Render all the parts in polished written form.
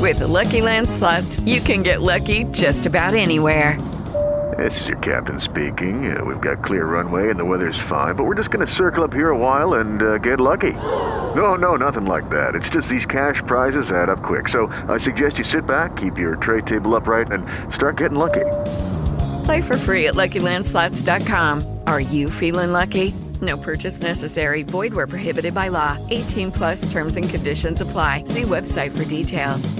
With the Lucky Land Slots, you can get lucky just about anywhere. This is your captain speaking. We've got clear runway and the weather's fine, but we're just going to circle up here a while and get lucky. No, nothing like that. It's just these cash prizes add up quick. So I suggest you sit back, keep your tray table upright, and start getting lucky. Play for free at LuckyLandSlots.com. Are you feeling lucky? No purchase necessary. Void where prohibited by law. 18 plus terms and conditions apply. See website for details.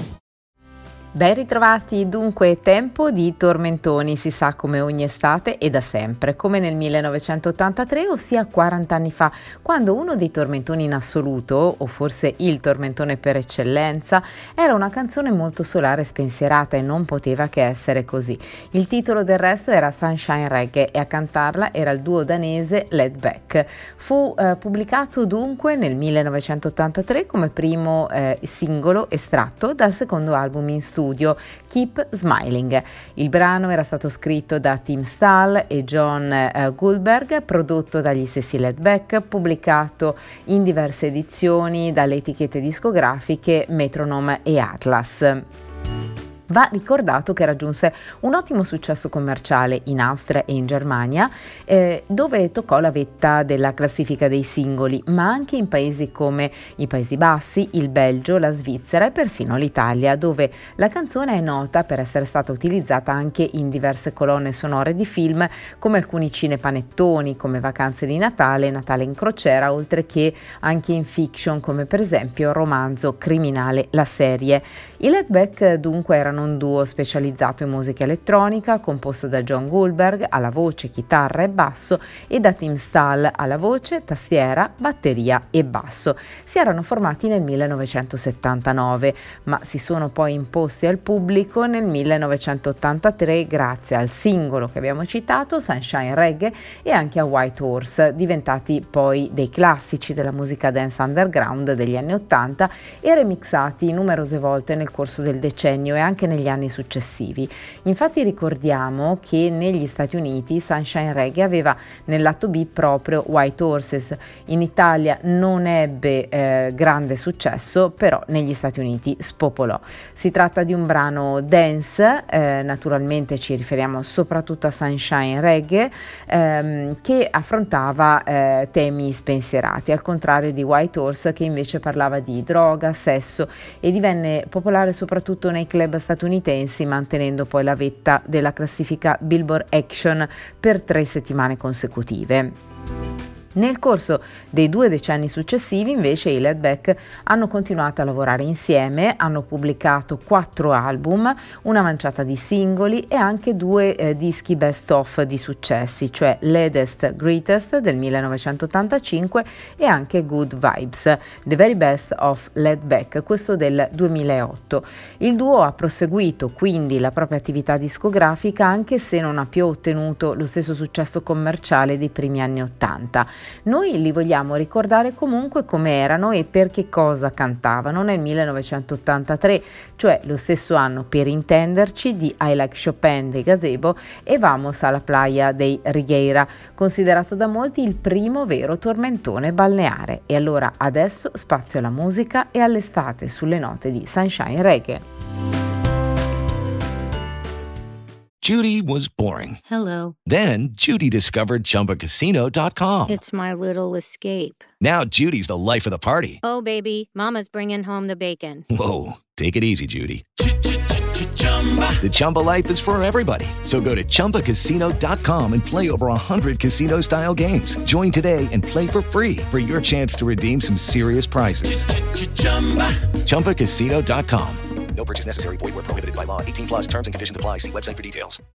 Ben ritrovati, dunque tempo di tormentoni, si sa, come ogni estate e da sempre, come nel 1983, ossia 40 anni fa, quando uno dei tormentoni in assoluto, o forse il tormentone per eccellenza, era una canzone molto solare e spensierata e non poteva che essere così. Il titolo del resto era Sunshine Reggae e a cantarla era il duo danese Laidback. Fu pubblicato dunque nel 1983 come primo singolo estratto dal secondo album in studio, Keep Smiling. Il brano era stato scritto da Tim Stahl e John Goldberg, prodotto dagli stessi Laidback, pubblicato in diverse edizioni dalle etichette discografiche Metronome e Atlas. Va ricordato che raggiunse un ottimo successo commerciale in Austria e in Germania, dove toccò la vetta della classifica dei singoli, ma anche in paesi come i Paesi Bassi, il Belgio, la Svizzera e persino l'Italia, dove la canzone è nota per essere stata utilizzata anche in diverse colonne sonore di film, come alcuni cinepanettoni, come Vacanze di Natale, Natale in crociera, oltre che anche in fiction, come per esempio Romanzo Criminale, la serie. I Laidback dunque erano un duo specializzato in musica elettronica, composto da John Goldberg alla voce, chitarra e basso e da Tim Stahl alla voce, tastiera, batteria e basso. Si erano formati nel 1979, ma si sono poi imposti al pubblico nel 1983 grazie al singolo che abbiamo citato, Sunshine Reggae, e anche a White Horse, diventati poi dei classici della musica dance underground degli anni 80 e remixati numerose volte nel corso del decennio e anche negli anni successivi. Infatti ricordiamo che negli Stati Uniti Sunshine Reggae aveva nel lato B proprio White Horses. In Italia non ebbe grande successo, però negli Stati Uniti spopolò. Si tratta di un brano dance, naturalmente ci riferiamo soprattutto a Sunshine Reggae, che affrontava temi spensierati, al contrario di White Horse, che invece parlava di droga, sesso, e divenne popolare soprattutto nei club statunitensi, mantenendo poi la vetta della classifica Billboard Action per 3 settimane consecutive. Nel corso dei 2 decenni successivi, invece, i Laidback hanno continuato a lavorare insieme, hanno pubblicato 4 album, una manciata di singoli e anche 2 dischi best of di successi, cioè Latest Greatest del 1985 e anche Good Vibes, The Very Best of Laidback, questo del 2008. Il duo ha proseguito quindi la propria attività discografica, anche se non ha più ottenuto lo stesso successo commerciale dei primi anni 80. Noi li vogliamo ricordare comunque come erano e per che cosa cantavano nel 1983, cioè lo stesso anno, per intenderci, di I Like Chopin dei Gazebo e Vamos a la Playa dei Righeira, considerato da molti il primo vero tormentone balneare. E allora adesso spazio alla musica e all'estate sulle note di Sunshine Reggae. Judy was boring. Hello. Then Judy discovered ChumbaCasino.com. It's my little escape. Now Judy's the life of the party. Oh, baby, mama's bringing home the bacon. Whoa, take it easy, Judy. The Chumba life is for everybody. So go to ChumbaCasino.com and play over 100 casino-style games. Join today and play for free for your chance to redeem some serious prizes. ChumbaCasino.com. No purchase necessary. Void where prohibited by law. 18 plus terms and conditions apply. See website for details.